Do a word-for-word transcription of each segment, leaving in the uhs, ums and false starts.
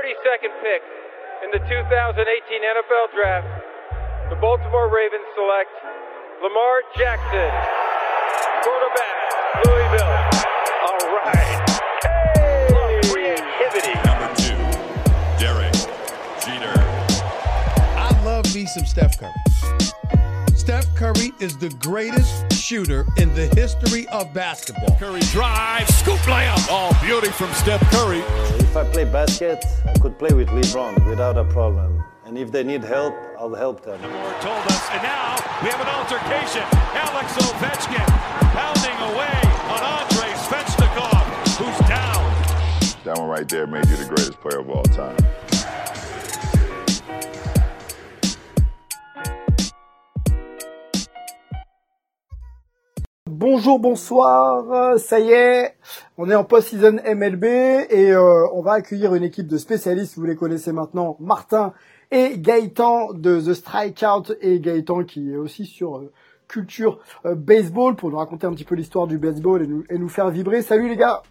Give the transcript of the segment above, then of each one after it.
thirty-second pick in the two thousand eighteen N F L Draft, the Baltimore Ravens select Lamar Jackson, quarterback, Louisville. All right. Hey! Creativity. Number two, Derek Jeter. I love me some Steph Curry. Steph Curry is the greatest shooter in the history of basketball. Curry drive, scoop layup. Oh, beauty from Steph Curry. If I play basket, I could play with LeBron without a problem. And if they need help, I'll help them. Moore told us, and now we have an altercation. Alex Ovechkin pounding away on Andrei Svechnikov, who's down. That one right there made you the greatest player of all time. Bonjour, bonsoir, ça y est, on est en post-season M L B et euh, on va accueillir une équipe de spécialistes, vous les connaissez maintenant, Martin et Gaëtan de The Strikeout, et Gaëtan qui est aussi sur euh, Culture euh, Baseball pour nous raconter un petit peu l'histoire du baseball et nous, et nous faire vibrer. Salut les gars.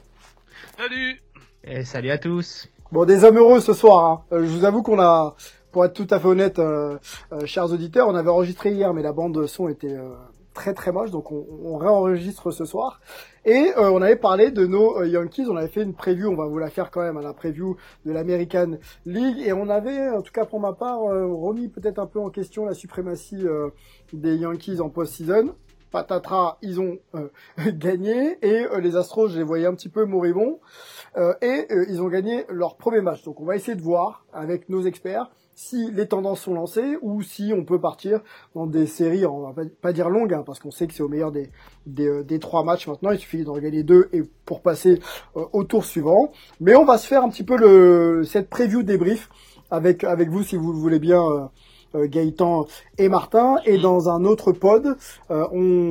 Salut. Et salut à tous. Bon, des hommes heureux ce soir, hein. euh, je vous avoue qu'on a, pour être tout à fait honnête, euh, euh, chers auditeurs, on avait enregistré hier mais la bande son était... Euh, très très moche, donc on, on réenregistre ce soir et euh, on avait parlé de nos euh, Yankees, on avait fait une preview, on va vous la faire quand même, à la preview de l'American League, et on avait, en tout cas pour ma part, euh, remis peut-être un peu en question la suprématie euh, des Yankees en post-season. Patatras, ils ont euh, gagné, et euh, les Astros, je les voyais un petit peu moribonds, euh, et euh, ils ont gagné leur premier match. Donc on va essayer de voir avec nos experts si les tendances sont lancées ou si on peut partir dans des séries, on va pas dire longues, hein, parce qu'on sait que c'est au meilleur des, des, euh, des trois matchs maintenant, il suffit d'en gagner deux et pour passer euh, au tour suivant. Mais on va se faire un petit peu le cette preview débrief avec avec vous si vous le voulez bien, euh, euh, Gaëtan et Martin, et dans un autre pod, euh,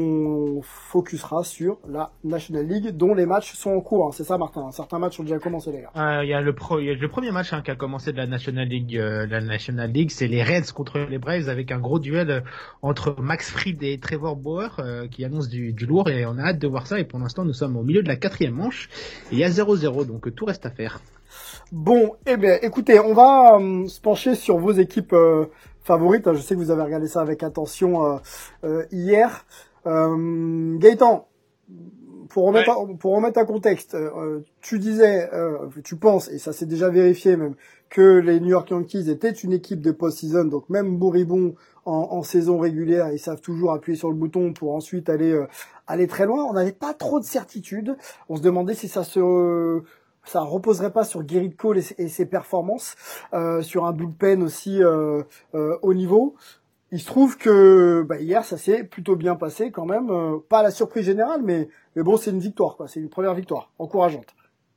on focusera sur la National League dont les matchs sont en cours, hein. C'est ça, Martin? Certains matchs ont déjà commencé, les gars. Euh, il y a le pro, il y a le premier match hein, qui a commencé de la National League. Euh, la National League, c'est les Reds contre les Braves avec un gros duel euh, entre Max Fried et Trevor Bauer euh, qui annonce du, du lourd, et on a hâte de voir ça. Et pour l'instant, nous sommes au milieu de la quatrième manche et il y a zéro zéro, donc euh, tout reste à faire. Bon, eh bien, écoutez, on va euh, se pencher sur vos équipes euh, favorites. Je sais que vous avez regardé ça avec attention euh, euh, hier. Euh, Gaëtan, pour remettre, ouais. un, pour remettre un contexte, euh, tu disais, euh, tu penses, et ça s'est déjà vérifié même, que les New York Yankees étaient une équipe de post-season, donc même moribond en, en saison régulière, ils savent toujours appuyer sur le bouton pour ensuite aller euh, aller très loin. On n'avait pas trop de certitude. On se demandait si ça se... Euh, ça reposerait pas sur Gerrit Cole et, et ses performances, euh, sur un bullpen aussi euh, euh, haut niveau. Il se trouve que bah, hier ça s'est plutôt bien passé quand même, euh, pas à la surprise générale, mais mais bon, c'est une victoire, quoi. C'est une première victoire encourageante.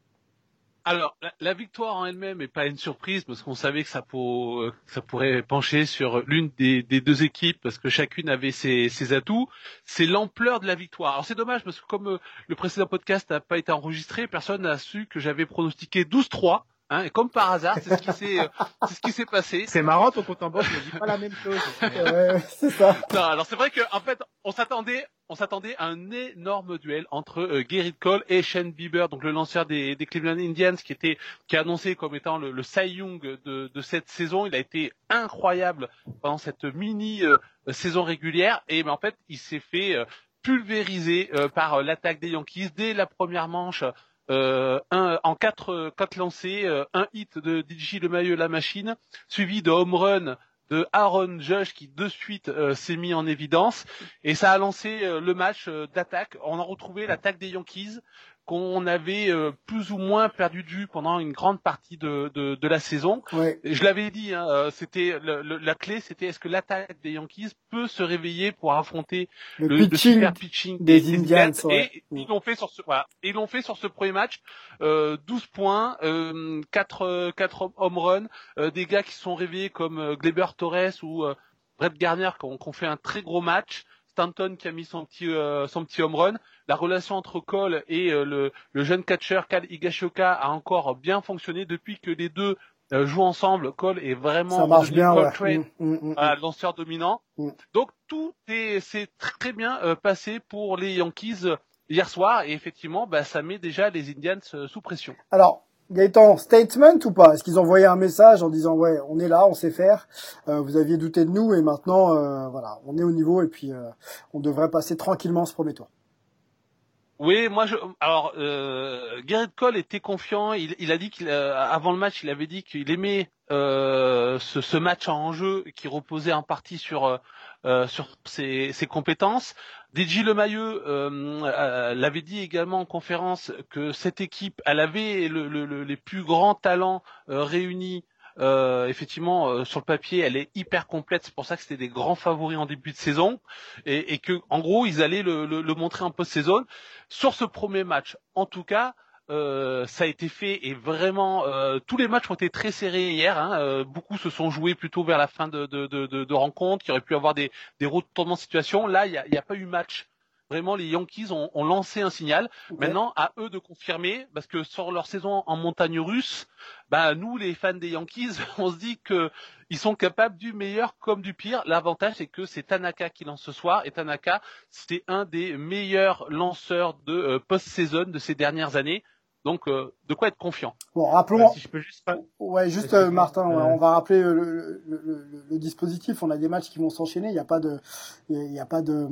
Alors, la, la victoire en elle-même est pas une surprise parce qu'on savait que ça, pour, euh, ça pourrait pencher sur l'une des, des deux équipes parce que chacune avait ses, ses atouts. C'est l'ampleur de la victoire. Alors c'est dommage parce que comme euh, le précédent podcast n'a pas été enregistré, personne n'a su que j'avais pronostiqué douze trois. Hein, et comme par hasard, c'est ce qui s'est, euh, c'est ce qui s'est passé. C'est marrant, ton compte en banque ne dit pas la même chose. Ouais, c'est ça. Non, alors c'est vrai que en fait, on s'attendait, on s'attendait à un énorme duel entre euh, Gerrit Cole et Shane Bieber, donc le lanceur des, des Cleveland Indians, qui était, qui est annoncé comme étant le, le Cy Young de, de cette saison. Il a été incroyable pendant cette mini euh, saison régulière, et ben en fait, il s'est fait euh, pulvériser euh, par euh, l'attaque des Yankees dès la première manche. Euh, un, en quatre, quatre lancés, euh, un hit de D J LeMahieu la machine, suivi de home run de Aaron Judge qui de suite euh, s'est mis en évidence, et ça a lancé euh, le match euh, d'attaque. On a retrouvé l'attaque des Yankees qu'on avait euh, plus ou moins perdu de vue pendant une grande partie de, de, de la saison. Ouais. Je l'avais dit, hein, euh, c'était le, le, la clé, c'était est-ce que l'attaque des Yankees peut se réveiller pour affronter le, le, pitching, le super pitching des, des, des Indians. Ouais. Et ils l'ont fait sur ce, voilà, ils l'ont fait sur ce premier match. Euh, douze points, euh, quatre, quatre home runs, euh, des gars qui se sont réveillés comme euh, Gleyber Torres ou euh, Brett Garner qui ont, qui ont fait un très gros match. Stanton qui a mis son petit euh, son petit home run. La relation entre Cole et euh, le, le jeune catcheur Kyle Higashioka a encore bien fonctionné depuis que les deux euh, jouent ensemble. Cole est vraiment ça marche bien, Coltrane, ouais. mmh, mmh, euh, lanceur dominant. mmh. Donc tout est c'est très bien euh, passé pour les Yankees euh, hier soir, et effectivement bah, ça met déjà les Indians euh, sous pression. Alors Gaëtan, statement ou pas? Est-ce qu'ils envoyaient un message en disant ouais, on est là, on sait faire, euh, vous aviez douté de nous et maintenant euh, voilà, on est au niveau et puis euh, on devrait passer tranquillement ce premier tour. Oui, moi je alors euh, Gerrit Cole était confiant, il, il a dit qu'il euh, avant le match, il avait dit qu'il aimait euh, ce, ce match en jeu qui reposait en partie sur euh, sur ses, ses compétences. D J Lemayeux euh, euh, l'avait dit également en conférence que cette équipe, elle avait le, le, le, les plus grands talents euh, réunis. Euh, effectivement, euh, sur le papier, elle est hyper complète. C'est pour ça que c'était des grands favoris en début de saison, et, et que, en gros, ils allaient le, le, le montrer en post-saison. Sur ce premier match, en tout cas, euh, ça a été fait et vraiment, euh, tous les matchs ont été très serrés hier. Hein, euh, beaucoup se sont joués plutôt vers la fin de, de, de, de, de rencontres, qui auraient pu avoir des, des retournements de situation. Là, il n'y a, y a pas eu match. Vraiment, les Yankees ont, ont lancé un signal. Okay. Maintenant, à eux de confirmer, parce que sur leur saison en montagne russe, bah nous, les fans des Yankees, on se dit que ils sont capables du meilleur comme du pire. L'avantage, c'est que c'est Tanaka qui lance ce soir, et Tanaka, c'était un des meilleurs lanceurs de euh, post-saison de ces dernières années. Donc, euh, de quoi être confiant. Bon, rappelons. Euh, si je peux juste. Ouais, juste euh, Martin, euh... on va rappeler le, le, le, le, le dispositif. On a des matchs qui vont s'enchaîner. Il n'y a pas de, il n'y a pas de.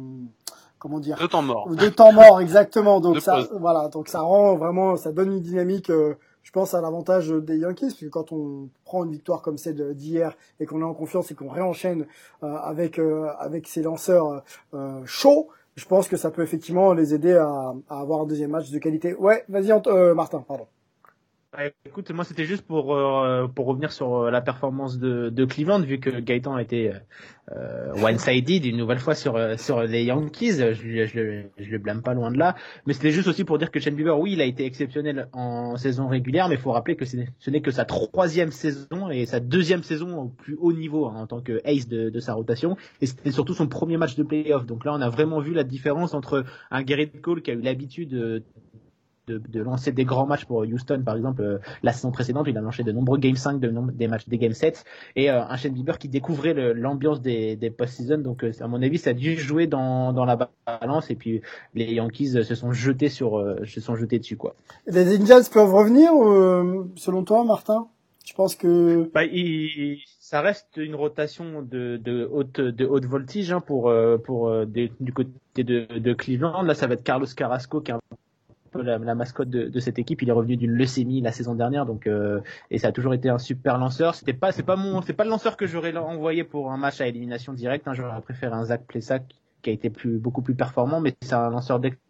Comment dire, de temps mort. De temps mort, exactement. Donc de ça, pause. voilà, donc ça rend vraiment, ça donne une dynamique, euh, je pense, à l'avantage des Yankees, parce que quand on prend une victoire comme celle d'hier et qu'on est en confiance et qu'on réenchaîne euh, avec euh, avec ces lanceurs euh, chauds, je pense que ça peut effectivement les aider à, à avoir un deuxième match de qualité. Ouais, vas-y, euh, Martin, pardon. Ouais, écoute, moi c'était juste pour euh, pour revenir sur la performance de, de Cleveland, vu que Gaëtan a été euh, one-sided une nouvelle fois sur sur les Yankees. Je, je, je, je le blâme pas, loin de là, mais c'était juste aussi pour dire que Shane Bieber, oui, il a été exceptionnel en saison régulière, mais il faut rappeler que c'est, ce n'est que sa troisième saison et sa deuxième saison au plus haut niveau, hein, en tant que ace de, de sa rotation, et c'était surtout son premier match de playoff. Donc là, on a vraiment vu la différence entre un Gerrit Cole qui a eu l'habitude de De, de lancer des grands matchs pour Houston, par exemple, euh, la saison précédente, il a lancé de nombreux Game cinq, de nombre, des matchs, des Game sept, et euh, un Shane Bieber qui découvrait le, l'ambiance des, des post-season. Donc, euh, à mon avis, ça a dû jouer dans, dans la balance, et puis les Yankees se sont jetés sur, euh, se sont jetés dessus, quoi. Les Indians peuvent revenir, euh, selon toi, Martin? Je pense que bah, il, ça reste une rotation de, de haute, de haute voltige, hein, pour, euh, pour euh, des, du côté de, de Cleveland. Là, ça va être Carlos Carrasco qui est un peu la, la mascotte de, de cette équipe. Il est revenu d'une leucémie la saison dernière, donc euh, et ça a toujours été un super lanceur. C'était pas, c'est pas mon, c'est pas le lanceur que j'aurais envoyé pour un match à élimination directe, hein. J'aurais préféré un Zach Plesac qui a été plus, beaucoup plus performant, mais c'est un lanceur d'expérience.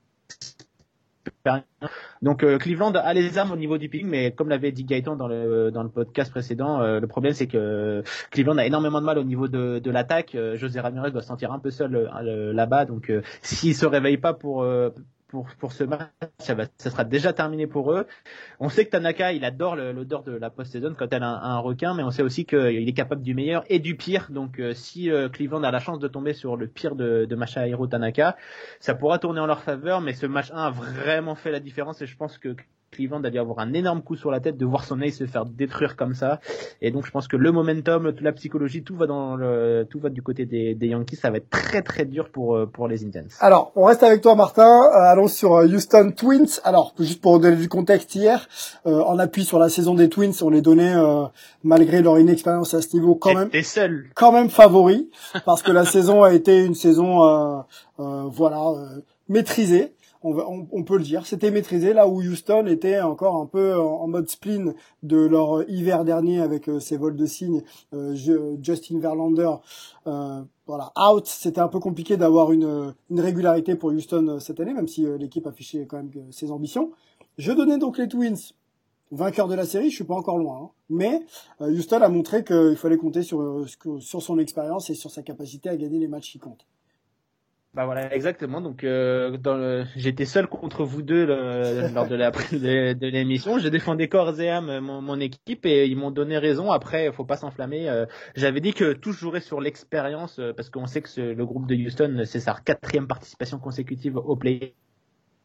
Donc euh, Cleveland a les armes au niveau du pitching, mais comme l'avait dit Gaëtan dans le dans le podcast précédent, euh, le problème c'est que Cleveland a énormément de mal au niveau de, de l'attaque. Euh, José Ramirez doit se sentir un peu seul euh, là-bas, donc euh, s'il se réveille pas pour euh, pour pour ce match, ça, va, ça sera déjà terminé pour eux. On sait que Tanaka, il adore le, l'odeur de la post-saison quand elle a un, un requin, mais on sait aussi qu'il est capable du meilleur et du pire. Donc euh, si euh, Cleveland a la chance de tomber sur le pire de, de Masahiro Tanaka, ça pourra tourner en leur faveur, mais ce match un a vraiment fait la différence, et je pense que Cleveland a dû avoir un énorme coup sur la tête de voir son ace se faire détruire comme ça. Et donc je pense que le momentum, toute la psychologie, tout va dans le, tout va du côté des, des Yankees. Ça va être très très dur pour pour les Indians. Alors on reste avec toi, Martin. Euh, allons sur Houston Twins. Alors juste pour donner du contexte, hier, euh, en appui sur la saison des Twins, on les donnait euh, malgré leur inexpérience à ce niveau quand même. T'es seul. Quand même favoris, parce que la saison a été une saison euh, euh, voilà euh, maîtrisée. On, on, on peut le dire, c'était maîtrisé, là où Houston était encore un peu en, en mode spleen de leur hiver dernier avec euh, ses vols de signes, euh, Justin Verlander, euh, voilà, out. C'était un peu compliqué d'avoir une, une régularité pour Houston euh, cette année, même si euh, l'équipe affichait quand même euh, ses ambitions. Je donnais donc les Twins vainqueurs de la série, je suis pas encore loin, hein. Mais euh, Houston a montré qu'il fallait compter sur, euh, sur son expérience et sur sa capacité à gagner les matchs qui comptent. Bah voilà, exactement. Donc euh, dans le... j'étais seul contre vous deux le... lors de, la... de, de l'émission. Je défendais corps et âme mon, mon équipe et ils m'ont donné raison. Après, il faut pas s'enflammer. Euh, j'avais dit que tout jouerait sur l'expérience, euh, parce qu'on sait que ce... le groupe de Houston, c'est sa quatrième participation consécutive au play.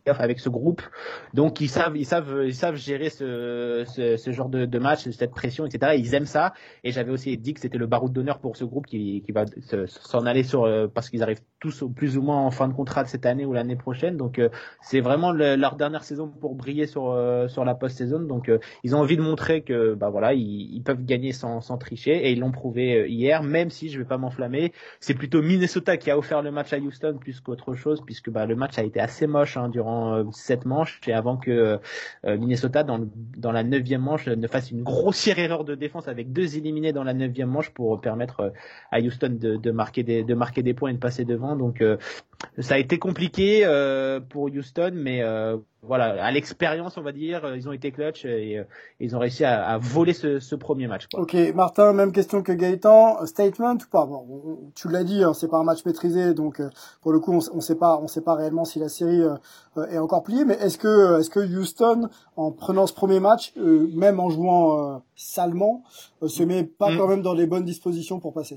playoffs avec ce groupe. Donc ils savent, ils savent, ils savent gérer ce, ce, ce genre de, de match, cette pression, et cetera. Ils aiment ça. Et j'avais aussi dit que c'était le baroud d'honneur pour ce groupe qui, qui va se, s'en aller sur, parce qu'ils arrivent tous plus ou moins en fin de contrat de cette année ou l'année prochaine. Donc euh, c'est vraiment le, leur dernière saison pour briller sur euh, sur la post-saison. Donc euh, ils ont envie de montrer que bah voilà, ils, ils peuvent gagner sans, sans tricher et ils l'ont prouvé euh, hier. Même si je vais pas m'enflammer, c'est plutôt Minnesota qui a offert le match à Houston plus qu'autre chose, puisque bah le match a été assez moche hein, durant euh, sept manches et avant que euh, Minnesota dans le, dans la neuvième manche ne fasse une grossière erreur de défense avec deux éliminés dans la neuvième manche pour permettre euh, à Houston de, de marquer des de marquer des points et de passer devant. Donc euh, ça a été compliqué euh, pour Houston, mais euh, voilà, à l'expérience, on va dire, ils ont été clutch et, et ils ont réussi à, à voler ce, ce premier match, quoi. Ok, Martin, même question que Gaëtan, statement ou pas? Bon, on, tu l'as dit, hein, c'est pas un match maîtrisé, donc euh, pour le coup, on, on sait pas, on sait pas réellement si la série euh, est encore pliée. Mais est-ce que, est-ce que Houston, en prenant ce premier match, euh, même en jouant euh, salement, euh, se met pas mmh. quand même dans les bonnes dispositions pour passer?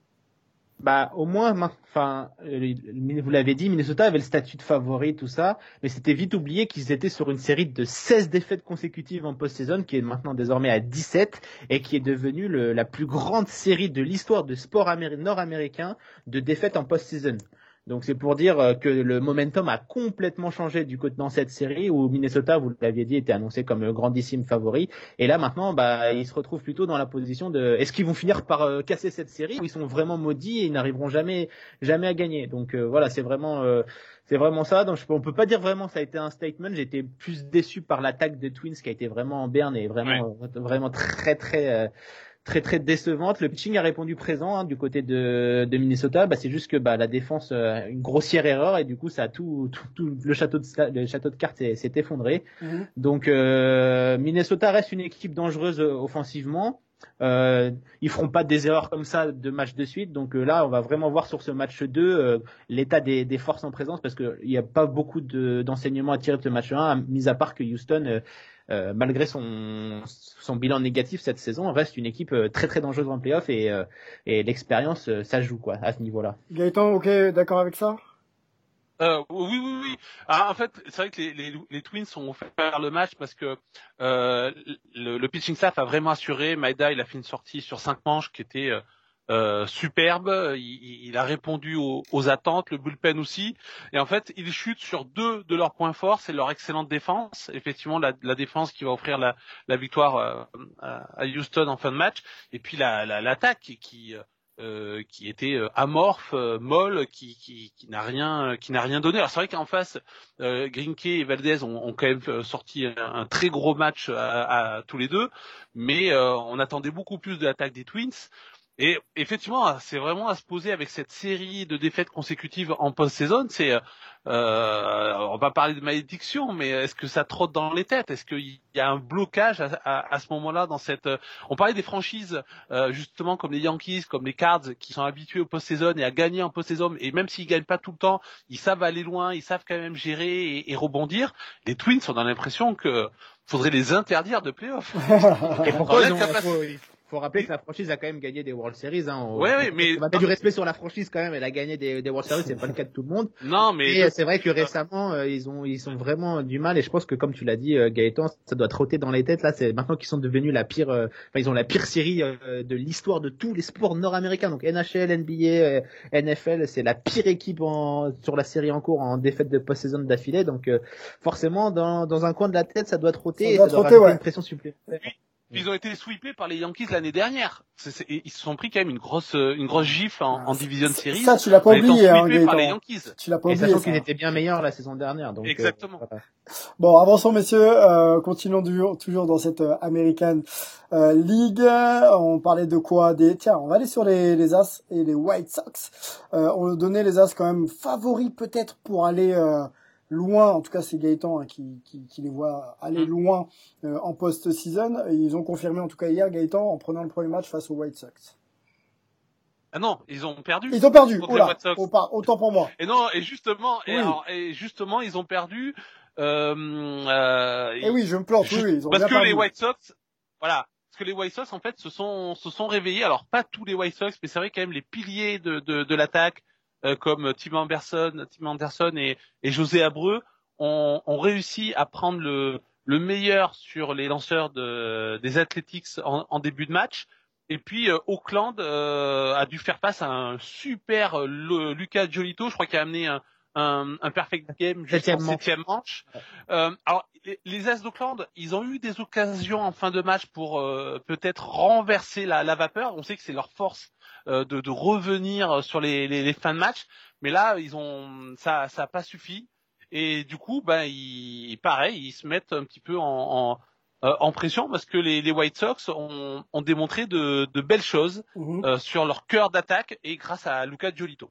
Bah au moins, enfin, vous l'avez dit, Minnesota avait le statut de favori, tout ça, mais c'était vite oublié qu'ils étaient sur une série de seize défaites consécutives en post-saison, qui est maintenant désormais à dix-sept, et qui est devenue le, la plus grande série de l'histoire du sport améri- nord-américain de défaites en post-saison. Donc c'est pour dire que le momentum a complètement changé du côté dans cette série où Minnesota, vous l'aviez dit, était annoncé comme le grandissime favori. Et là maintenant, bah ils se retrouvent plutôt dans la position de est-ce qu'ils vont finir par euh, casser cette série ou ils sont vraiment maudits et ils n'arriveront jamais jamais à gagner. Donc euh, voilà, c'est vraiment euh, c'est vraiment ça. Donc je, on peut pas dire vraiment ça a été un statement. J'ai été plus déçu par l'attaque des Twins qui a été vraiment en berne et vraiment ouais. euh, vraiment très très euh, très très décevante. Le pitching a répondu présent hein, du côté de, de Minnesota. Bah c'est juste que bah la défense euh, une grossière erreur et du coup ça a tout tout, tout le château de le château de cartes s'est, s'est effondré. Mmh. Donc euh, Minnesota reste une équipe dangereuse euh, offensivement. Euh, ils feront pas des erreurs comme ça de match de suite. Donc euh, là on va vraiment voir sur ce match deux euh, l'état des, des forces en présence parce que il y a pas beaucoup de, d'enseignements à tirer de ce match un, mis à part que Houston euh, Euh, malgré son son bilan négatif cette saison, reste une équipe euh, très très dangereuse en play-off et euh, et l'expérience euh, ça joue quoi à ce niveau-là. Gaëtan, ok, d'accord avec ça? Euh, oui, oui, oui. Ah, en fait, c'est vrai que les, les, les Twins ont fait le match parce que euh, le, le pitching staff a vraiment assuré. Maeda, il a fait une sortie sur cinq manches qui était euh, Euh, superbe, il, il a répondu aux, aux attentes, le bullpen aussi, et en fait ils chutent sur deux de leurs points forts, c'est leur excellente défense, effectivement la, la défense qui va offrir la, la victoire euh, à Houston en fin de match, et puis la, la, l'attaque qui, qui, euh, qui était amorphe, euh, molle, qui, qui, qui n'a rien, qui n'a rien donné. Alors c'est vrai qu'en face, euh, Greinke et Valdez ont, ont quand même sorti un, un très gros match à, à tous les deux, mais euh, on attendait beaucoup plus de l'attaque des Twins. Et effectivement, c'est vraiment à se poser avec cette série de défaites consécutives en post-saison. C'est, euh, on va parler de malédiction, mais est-ce que ça trotte dans les têtes? Est-ce qu'il y a un blocage à, à, à ce moment-là dans cette? On parlait des franchises euh, justement comme les Yankees, comme les Cards, qui sont habitués au post-saison et à gagner en post-saison. Et même s'ils gagnent pas tout le temps, ils savent aller loin, ils savent quand même gérer et, et rebondir. Les Twins, on a l'impression que faudrait les interdire de play-off. Et pourquoi ils ont faut rappeler que la franchise a quand même gagné des World Series. Hein. On, ouais, ouais, mais on va mettre du respect sur la franchise quand même. Elle a gagné des, des World Series, c'est pas le cas de tout le monde. Non, mais et c'est vrai que récemment euh, ils ont ils sont vraiment du mal. Et je pense que comme tu l'as dit, euh, Gaëtan, ça doit trotter dans les têtes là. C'est maintenant qu'ils sont devenus la pire. Euh, enfin, ils ont la pire série euh, de l'histoire de tous les sports nord-américains. Donc N H L, N B A, euh, N F L, c'est la pire équipe en, sur la série en cours en défaite de post-saison d'affilée. Donc euh, forcément, dans dans un coin de la tête, ça doit trotter. Ça et doit ça trotter, doit ouais. Une pression supplémentaire. Ils ont été sweepés par les Yankees l'année dernière. C'est, c'est, ils se sont pris quand même une grosse, une grosse gifle en, en Division Series. Ça, tu l'as pas oublié, hein, par les Yankees. Tu l'as pas et oublié. Sachant qu'ils étaient bien meilleurs la saison dernière. Donc, exactement. Euh, voilà. Bon, avançons, messieurs. Euh, continuons du, toujours dans cette euh, American euh, League. On parlait de quoi? Des, tiens, on va aller sur les, les As et les White Sox. Euh, on donnait les As quand même favoris peut-être pour aller euh, loin, en tout cas c'est Gaëtan hein, qui, qui, qui les voit aller loin euh, en post-season. Et ils ont confirmé en tout cas hier Gaëtan en prenant le premier match face aux White Sox. Ah non, ils ont perdu. Ils ont perdu. Oula, autant pour moi. Et non, et justement, oui. et, alors, et justement, ils ont perdu. Euh, euh, et oui, je me plante. Juste, oui, ils ont parce bien que perdu. les White Sox, voilà, parce que les White Sox en fait se sont se sont réveillés. Alors pas tous les White Sox, mais c'est vrai quand même les piliers de de, de l'attaque. Euh, comme Tim Anderson, Tim Anderson et, et José Abreu ont, ont réussi à prendre le, le meilleur sur les lanceurs de, des Athletics en, en début de match. Et puis euh, Auckland euh, a dû faire face à un super euh, le, Luca Giolito, je crois qu'il a amené un, un, un perfect game juste en septième manche. Euh, alors les, les As d'Auckland, ils ont eu des occasions en fin de match pour euh, peut-être renverser la, la vapeur. On sait que c'est leur force euh, de, de revenir sur les, les, les fins de match, mais là ils ont ça ça a pas suffi. Et du coup, ben ils pareil, ils se mettent un petit peu en, en Euh, en pression parce que les, les White Sox ont, ont démontré de, de belles choses mmh. euh, sur leur cœur d'attaque et grâce à Luca Giolito.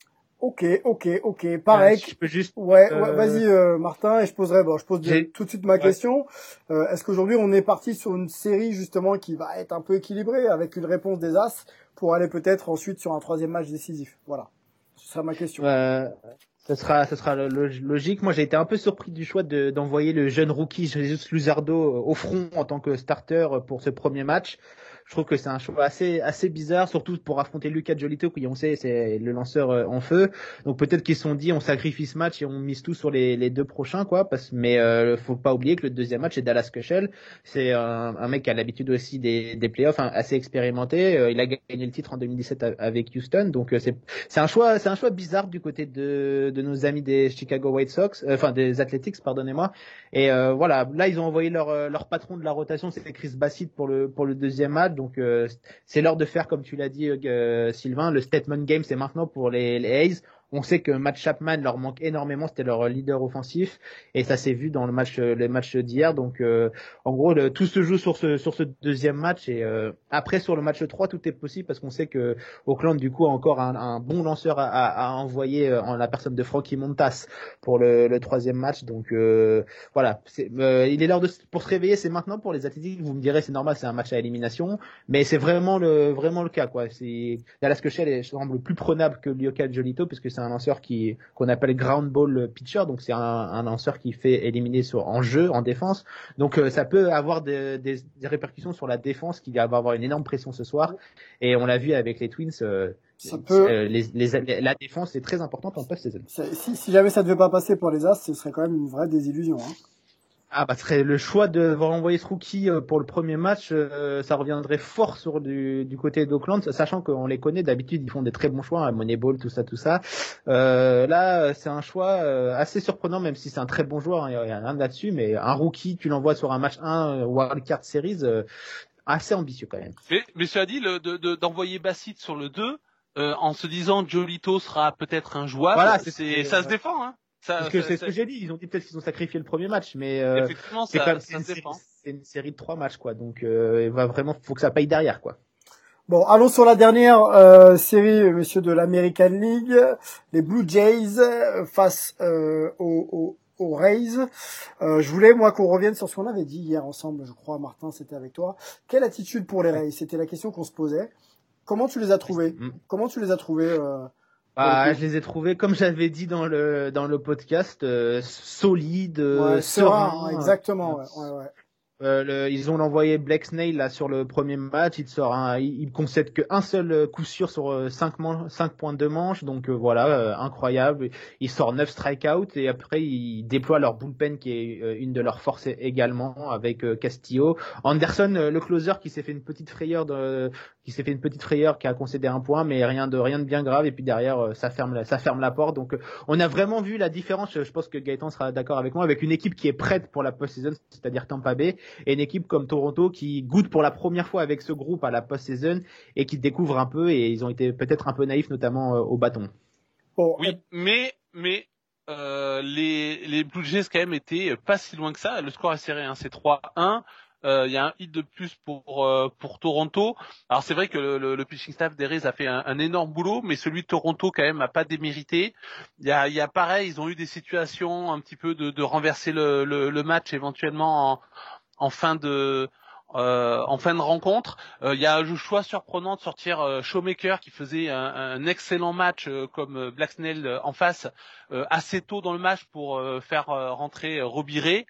Ok, ok, ok. Pareil. Euh, je peux juste. Ouais, euh... ouais vas-y euh, Martin et je poserai. Bon, je pose de, tout de suite ma ouais. question. Euh, est-ce qu'aujourd'hui on est parti sur une série justement qui va être un peu équilibrée avec une réponse des As pour aller peut-être ensuite sur un troisième match décisif. Voilà. Ce sera ma question. Euh... Ce sera, ce sera logique. Moi, j'ai été un peu surpris du choix de, d'envoyer le jeune rookie Jesus Luzardo au front en tant que starter pour ce premier match. Je trouve que c'est un choix assez, assez bizarre, surtout pour affronter Luca Giolito, qui on sait, c'est le lanceur en feu. Donc peut-être qu'ils se sont dit, on sacrifie ce match et on mise tout sur les, les deux prochains, quoi. Parce, mais euh, faut pas oublier que le deuxième match, c'est Dallas Keuchel. C'est un, un mec qui a l'habitude aussi des, des playoffs, hein, assez expérimenté. Euh, il a gagné le titre en deux mille dix-sept avec Houston. Donc euh, c'est, c'est un choix, c'est un choix bizarre du côté de, de nos amis des Chicago White Sox, euh, enfin des Athletics, pardonnez-moi. Et euh, voilà, là ils ont envoyé leur, leur patron de la rotation, c'était Chris Bassitt pour le, pour le deuxième match. Donc euh, c'est l'heure de faire, comme tu l'as dit euh, Sylvain, le statement game, c'est maintenant pour les, les A's. On sait que Matt Chapman leur manque énormément, c'était leur leader offensif et ça s'est vu dans le match le match d'hier. Donc euh, en gros le, tout se joue sur ce sur ce deuxième match et euh, après sur le match trois tout est possible parce qu'on sait que Auckland du coup a encore un, un bon lanceur à, à, à envoyer en la personne de Frankie Montas pour le, le troisième match. Donc euh, voilà, c'est, euh, il est l'heure de pour se réveiller, c'est maintenant pour les Athletics. Vous me direz c'est normal, c'est un match à élimination, mais c'est vraiment le vraiment le cas quoi. C'est Dallas Keuchel semble plus prenable que Luca Giolito puisque c'est un lanceur qui qu'on appelle ground ball pitcher, donc c'est un, un lanceur qui fait éliminer sur en jeu en défense, donc euh, ça peut avoir des, des, des répercussions sur la défense qui va avoir une énorme pression ce soir et on l'a vu avec les Twins. Euh, ça peut... euh, les, les, la défense est très importante en post-saison. Si, si jamais ça devait pas passer pour les As, ce serait quand même une vraie désillusion. Hein. Ah bah serait le choix de renvoyer ce rookie pour le premier match, euh, ça reviendrait fort sur du, du côté d'Auckland, sachant qu'on les connaît d'habitude, ils font des très bons choix, hein, Moneyball, tout ça, tout ça. Euh, là, c'est un choix euh, assez surprenant, même si c'est un très bon joueur, il hein, y a rien là-dessus, mais un rookie, tu l'envoies sur un match un Wildcard Series, euh, assez ambitieux quand même. Mais, mais cela dit, le, de, de, d'envoyer Bassitt sur le deux, euh, en se disant Giolito sera peut-être un joueur, voilà, c'est, c'est, ça euh, se défend, hein. Ça, Parce que ça, c'est ça, ce que j'ai dit, ils ont dit peut-être qu'ils ont sacrifié le premier match, mais euh, effectivement, c'est, ça, comme, ça c'est, une se série, défend. c'est une série de trois matchs, quoi. Donc euh, il va vraiment, faut que ça paye derrière, quoi. Bon, allons sur la dernière euh, série, messieurs, de l'American League, les Blue Jays face euh, aux, aux, aux Rays. Euh, je voulais, moi, qu'on revienne sur ce qu'on avait dit hier ensemble, je crois, Martin, c'était avec toi. Quelle attitude pour les Rays? C'était la question qu'on se posait. Comment tu les as trouvés? Comment tu les as trouvés euh, Ah, je les ai trouvés, comme j'avais dit dans le dans le podcast, euh, solides, ouais, sereins. Serein, exactement. Ouais, ouais, ouais. Euh, le, ils ont envoyé Blake Snell là sur le premier match. Il sort, un, il, il concède qu'un seul coup sûr sur euh, cinq man- cinq points de manche. Donc euh, voilà, euh, incroyable. Il sort neuf strikeouts et après ils déploient leur bullpen qui est euh, une de leurs forces également avec euh, Castillo, Anderson, euh, le closer qui s'est fait une petite frayeur de qui s'est fait une petite frayeur, qui a concédé un point, mais rien de rien de bien grave. Et puis derrière, euh, ça ferme la, ça ferme la porte. Donc, euh, on a vraiment vu la différence. Je pense que Gaëtan sera d'accord avec moi, avec une équipe qui est prête pour la post-season, c'est-à-dire Tampa Bay, et une équipe comme Toronto qui goûte pour la première fois avec ce groupe à la post-season et qui découvre un peu. Et ils ont été peut-être un peu naïfs, notamment euh, au bâton. Oh, oui, mais mais euh, les les Blue Jays quand même étaient pas si loin que ça. Le score est serré, hein, c'est trois un. Il euh, y a un hit de plus pour euh, pour Toronto. Alors c'est vrai que le, le, le pitching staff des Rays a fait un, un énorme boulot, mais celui de Toronto quand même a pas démérité. Il y a il y a pareil, ils ont eu des situations un petit peu de, de renverser le, le, le match éventuellement en, en fin de euh, en fin de rencontre. Euh, il y a le choix surprenant de sortir euh, Showmaker qui faisait un, un excellent match euh, comme Black Snell euh, en face euh, assez tôt dans le match pour euh, faire euh, rentrer euh, Robbie Ray.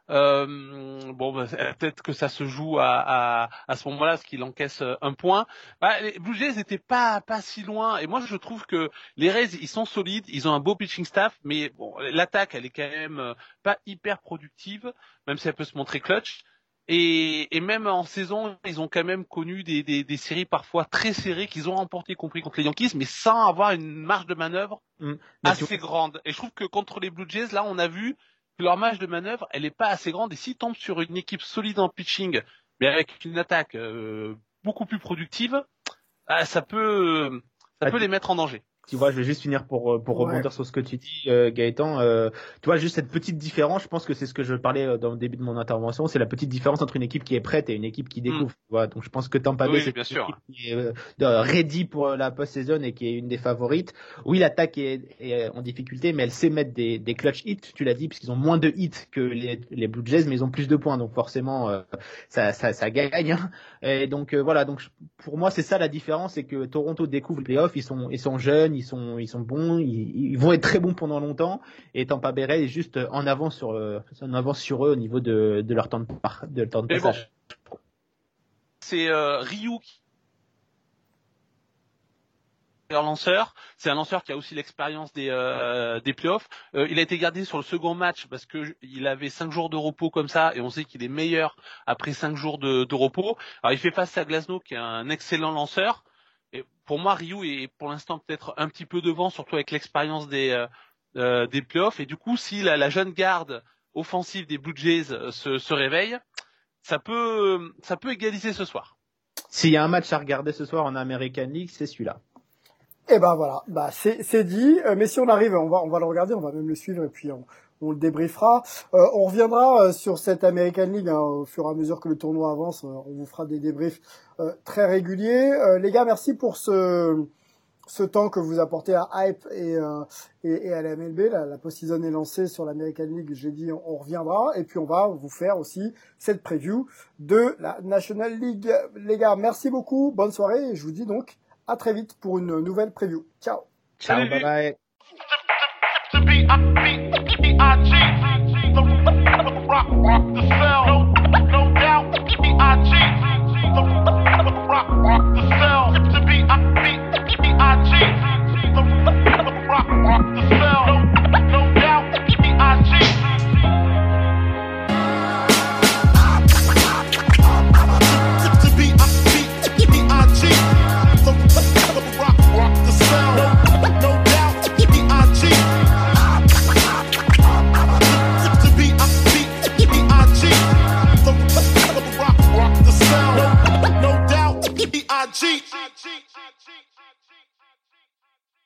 Euh, bon, bah, peut-être que ça se joue à, à, à ce moment-là, parce qu'il encaisse un point. Bah, les Blue Jays n'étaient pas, pas si loin. Et moi, je trouve que les Rays, ils sont solides, ils ont un beau pitching staff, mais bon, l'attaque, elle est quand même pas hyper productive, même si elle peut se montrer clutch. Et, et même en saison, ils ont quand même connu des, des, des séries parfois très serrées qu'ils ont remportées, y compris contre les Yankees, mais sans avoir une marge de manœuvre mmh. assez tu... grande. Et je trouve que contre les Blue Jays, là, on a vu que leur marge de manœuvre, elle est pas assez grande. Et s'ils tombent sur une équipe solide en pitching, mais avec une attaque euh, beaucoup plus productive, euh, ça peut, ça ah, peut tu... les mettre en danger. Tu vois, je vais juste finir pour pour ouais. rebondir sur ce que tu dis, euh, Gaëtan. Euh, tu vois, juste cette petite différence, je pense que c'est ce que je parlais dans le début de mon intervention, c'est la petite différence entre une équipe qui est prête et une équipe qui découvre. Mm. Tu vois, donc je pense que Tampa Bay, oui, c'est bien une sûr. équipe qui est euh, ready pour la post-saison et qui est une des favorites. Oui, l'attaque est, est en difficulté, mais elle sait mettre des, des clutch hits, tu l'as dit, puisqu'ils ont moins de hits que les, les Blue Jays, mais ils ont plus de points, donc forcément, euh, ça, ça, ça gagne. Hein. Et donc euh, voilà, donc pour moi, c'est ça la différence, c'est que Toronto découvre les playoffs, ils sont, ils sont jeunes, ils sont, ils sont bons. Ils, ils vont être très bons pendant longtemps et Tampa Bay est juste en avance sur en avance sur eux au niveau de, de leur temps de, par, de, leur temps de passage. Bon, c'est euh, Ryu qui est leur lanceur. C'est un lanceur qui a aussi l'expérience des euh, des playoffs. Euh, il a été gardé sur le second match parce que il avait cinq jours de repos comme ça et on sait qu'il est meilleur après cinq jours de, de repos. Alors il fait face à Glasnow qui est un excellent lanceur. Et pour moi, Ryu est pour l'instant peut-être un petit peu devant, surtout avec l'expérience des euh, des playoffs. Et du coup, si la, la jeune garde offensive des Blue Jays euh, se, se réveille, ça peut ça peut égaliser ce soir. S'il y a un match à regarder ce soir en American League, c'est celui-là. Et ben voilà, bah c'est c'est dit. Euh, mais si on arrive, on va on va le regarder, on va même le suivre et puis on on le débriefera. Euh, on reviendra euh, sur cette American League hein, au fur et à mesure que le tournoi avance. Euh, on vous fera des débriefs euh, très réguliers. Euh, les gars, merci pour ce ce temps que vous apportez à Hype et euh, et, et à la M L B. La, la post-season est lancée sur l'American League. J'ai dit on, on reviendra et puis on va vous faire aussi cette preview de la National League. Les gars, merci beaucoup. Bonne soirée et je vous dis donc à très vite pour une nouvelle preview. Ciao. Ciao, bye bye. B I G, the cell.